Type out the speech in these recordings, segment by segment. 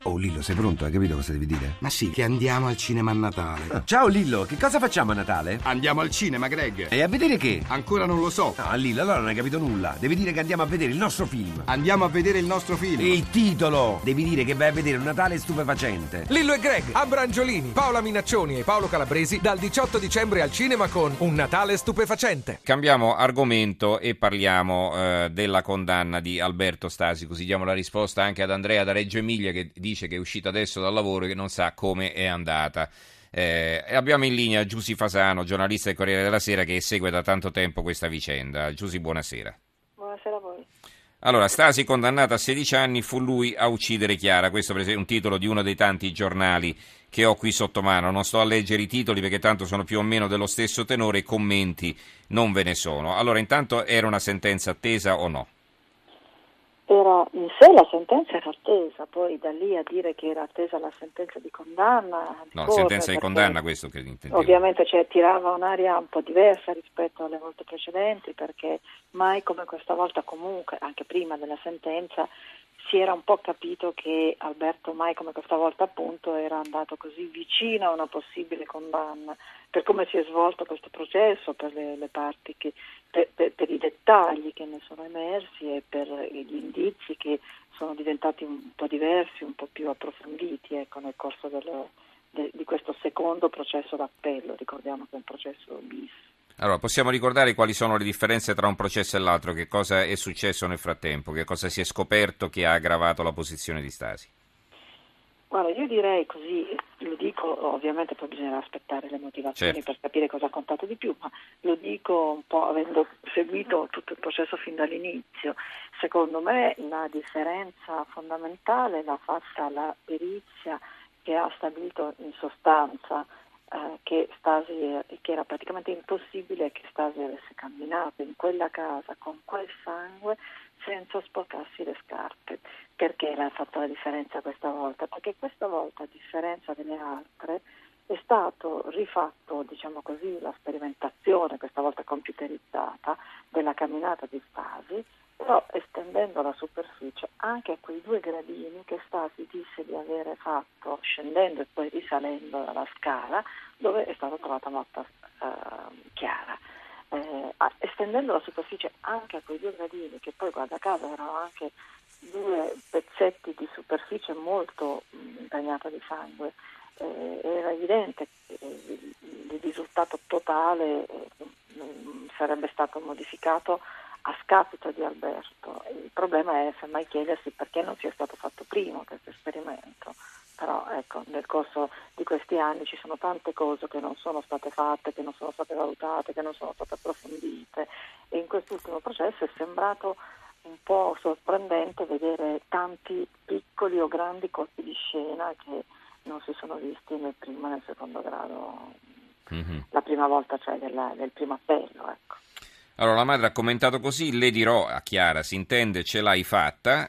Oh Lillo, sei pronto? Hai capito cosa devi dire? Ma sì, che andiamo al cinema a Natale. Ciao Lillo, che cosa facciamo a Natale? Andiamo al cinema, Greg. E a vedere che? Ancora non lo so. No, Lillo, allora non hai capito nulla. Devi dire che andiamo a vedere il nostro film. Andiamo a vedere il nostro film. Il titolo! Devi dire che vai a vedere un Natale stupefacente. Lillo e Greg, Abrangiolini, Paola Minaccioni e Paolo Calabresi dal 18 dicembre al cinema con Un Natale stupefacente. Cambiamo argomento e parliamo della condanna di Alberto Stasi, così diamo la risposta anche ad Andrea da Reggio Emilia che dice che è uscito adesso dal lavoro e che non sa come è andata. Abbiamo in linea Giusy Fasano, giornalista del Corriere della Sera che segue da tanto tempo questa vicenda. Giusy, buonasera. Buonasera a voi. Allora, Stasi condannata a 16 anni, fu lui a uccidere Chiara. Questo è un titolo di uno dei tanti giornali che ho qui sotto mano. Non sto a leggere i titoli perché tanto sono più o meno dello stesso tenore e commenti non ve ne sono. Allora, intanto era una sentenza attesa o no? Era in sé la sentenza era attesa, poi da lì a dire che era attesa la sentenza di condanna. No, sentenza di condanna, questo che intendevo. Ovviamente tirava un'aria un po' diversa rispetto alle volte precedenti, perché mai come questa volta, comunque, anche prima della sentenza, si era un po' capito che Alberto mai come questa volta appunto era andato così vicino a una possibile condanna, per come si è svolto questo processo, per le parti che per i dettagli che ne sono emersi e per gli indizi che sono diventati un po' diversi, un po' più approfonditi, ecco, nel corso di questo secondo processo d'appello. Ricordiamo che è un processo bis. Allora, possiamo ricordare quali sono le differenze tra un processo e l'altro, che cosa è successo nel frattempo, che cosa si è scoperto che ha aggravato la posizione di Stasi? Guarda, io direi così, lo dico, ovviamente poi bisogna aspettare le motivazioni, certo, per capire cosa ha contato di più, ma lo dico un po' avendo seguito tutto il processo fin dall'inizio. Secondo me la differenza fondamentale l'ha fatta la perizia che ha stabilito in sostanza che era praticamente impossibile che Stasi avesse camminato in quella casa con quel sangue senza sporcarsi le scarpe. Perché l'ha fatto la differenza questa volta? Perché questa volta, a differenza delle altre, è stato rifatto, diciamo così, la sperimentazione, questa volta computerizzata, della camminata di Stasi, però estendendo la superficie anche a quei 2 gradini che Stasi disse di avere fatto scendendo e poi risalendo dalla scala, dove è stata trovata morta Chiara. Estendendo la superficie anche a quei 2 gradini, che poi guarda caso erano anche 2 pezzetti di superficie molto bagnata di sangue, era evidente che il risultato totale sarebbe stato modificato a scapito di Alberto. Il problema è semmai chiedersi perché non sia stato fatto prima questo esperimento. Però ecco, nel corso di questi anni ci sono tante cose che non sono state fatte, che non sono state valutate, che non sono state approfondite, e in quest'ultimo processo è sembrato un po' sorprendente vedere tanti piccoli o grandi colpi di scena che non si sono visti nel primo e nel secondo grado, la prima volta, cioè del primo appello, ecco. Allora, la madre ha commentato così: le dirò a Chiara, si intende, ce l'hai fatta,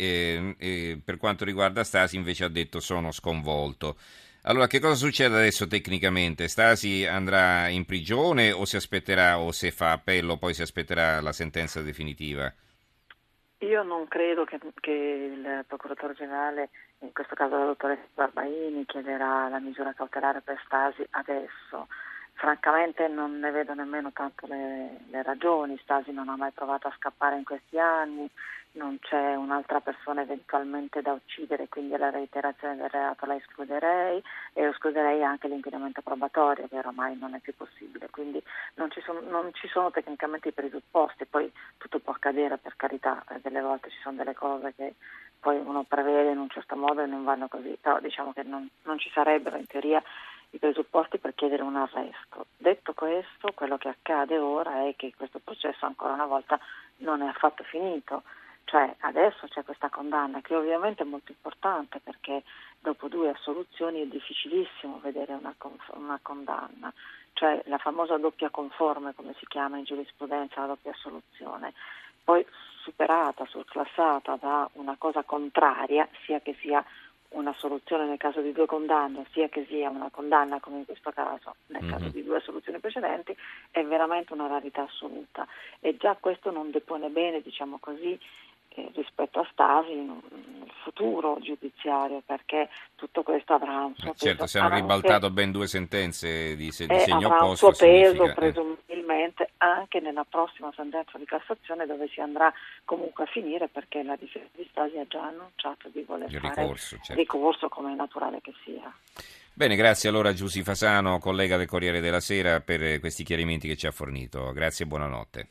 e per quanto riguarda Stasi invece ha detto sono sconvolto. Allora, che cosa succede adesso tecnicamente? Stasi andrà in prigione o si aspetterà, o se fa appello poi si aspetterà la sentenza definitiva? Io non credo che il procuratore generale, in questo caso la dottoressa Barbaini, chiederà la misura cautelare per Stasi adesso. Francamente non ne vedo nemmeno tanto le ragioni. Stasi non ha mai provato a scappare in questi anni, non c'è un'altra persona eventualmente da uccidere, quindi la reiterazione del reato la escluderei, e escluderei anche l'inquinamento probatorio, che oramai non è più possibile, quindi non ci sono tecnicamente i presupposti. Poi tutto può accadere, per carità, delle volte ci sono delle cose che poi uno prevede in un certo modo e non vanno così, però diciamo che non ci sarebbero in teoria i presupposti per chiedere un arresto. Detto questo, quello che accade ora è che questo processo ancora una volta non è affatto finito, cioè adesso c'è questa condanna che ovviamente è molto importante, perché dopo 2 assoluzioni è difficilissimo vedere una condanna, cioè la famosa doppia conforme, come si chiama in giurisprudenza, la doppia assoluzione, poi superata, surclassata da una cosa contraria, sia che sia una soluzione nel caso di 2 condanne, sia che sia una condanna come in questo caso nel caso di 2 soluzioni precedenti, è veramente una rarità assoluta, e già questo non depone bene, diciamo così, rispetto a Stasi nel futuro giudiziario, perché tutto questo avrà un suo peso. Certo, se hanno ribaltato ben 2 sentenze di segno avrà un opposto, suo peso significa, presumibilmente anche nella prossima sentenza di Cassazione, dove si andrà comunque a finire, perché la difesa di Stasi ha già annunciato di voler il fare ricorso, certo. ricorso, come è naturale che sia. Bene, grazie allora a Giusy Fasano, collega del Corriere della Sera, per questi chiarimenti che ci ha fornito. Grazie e buonanotte.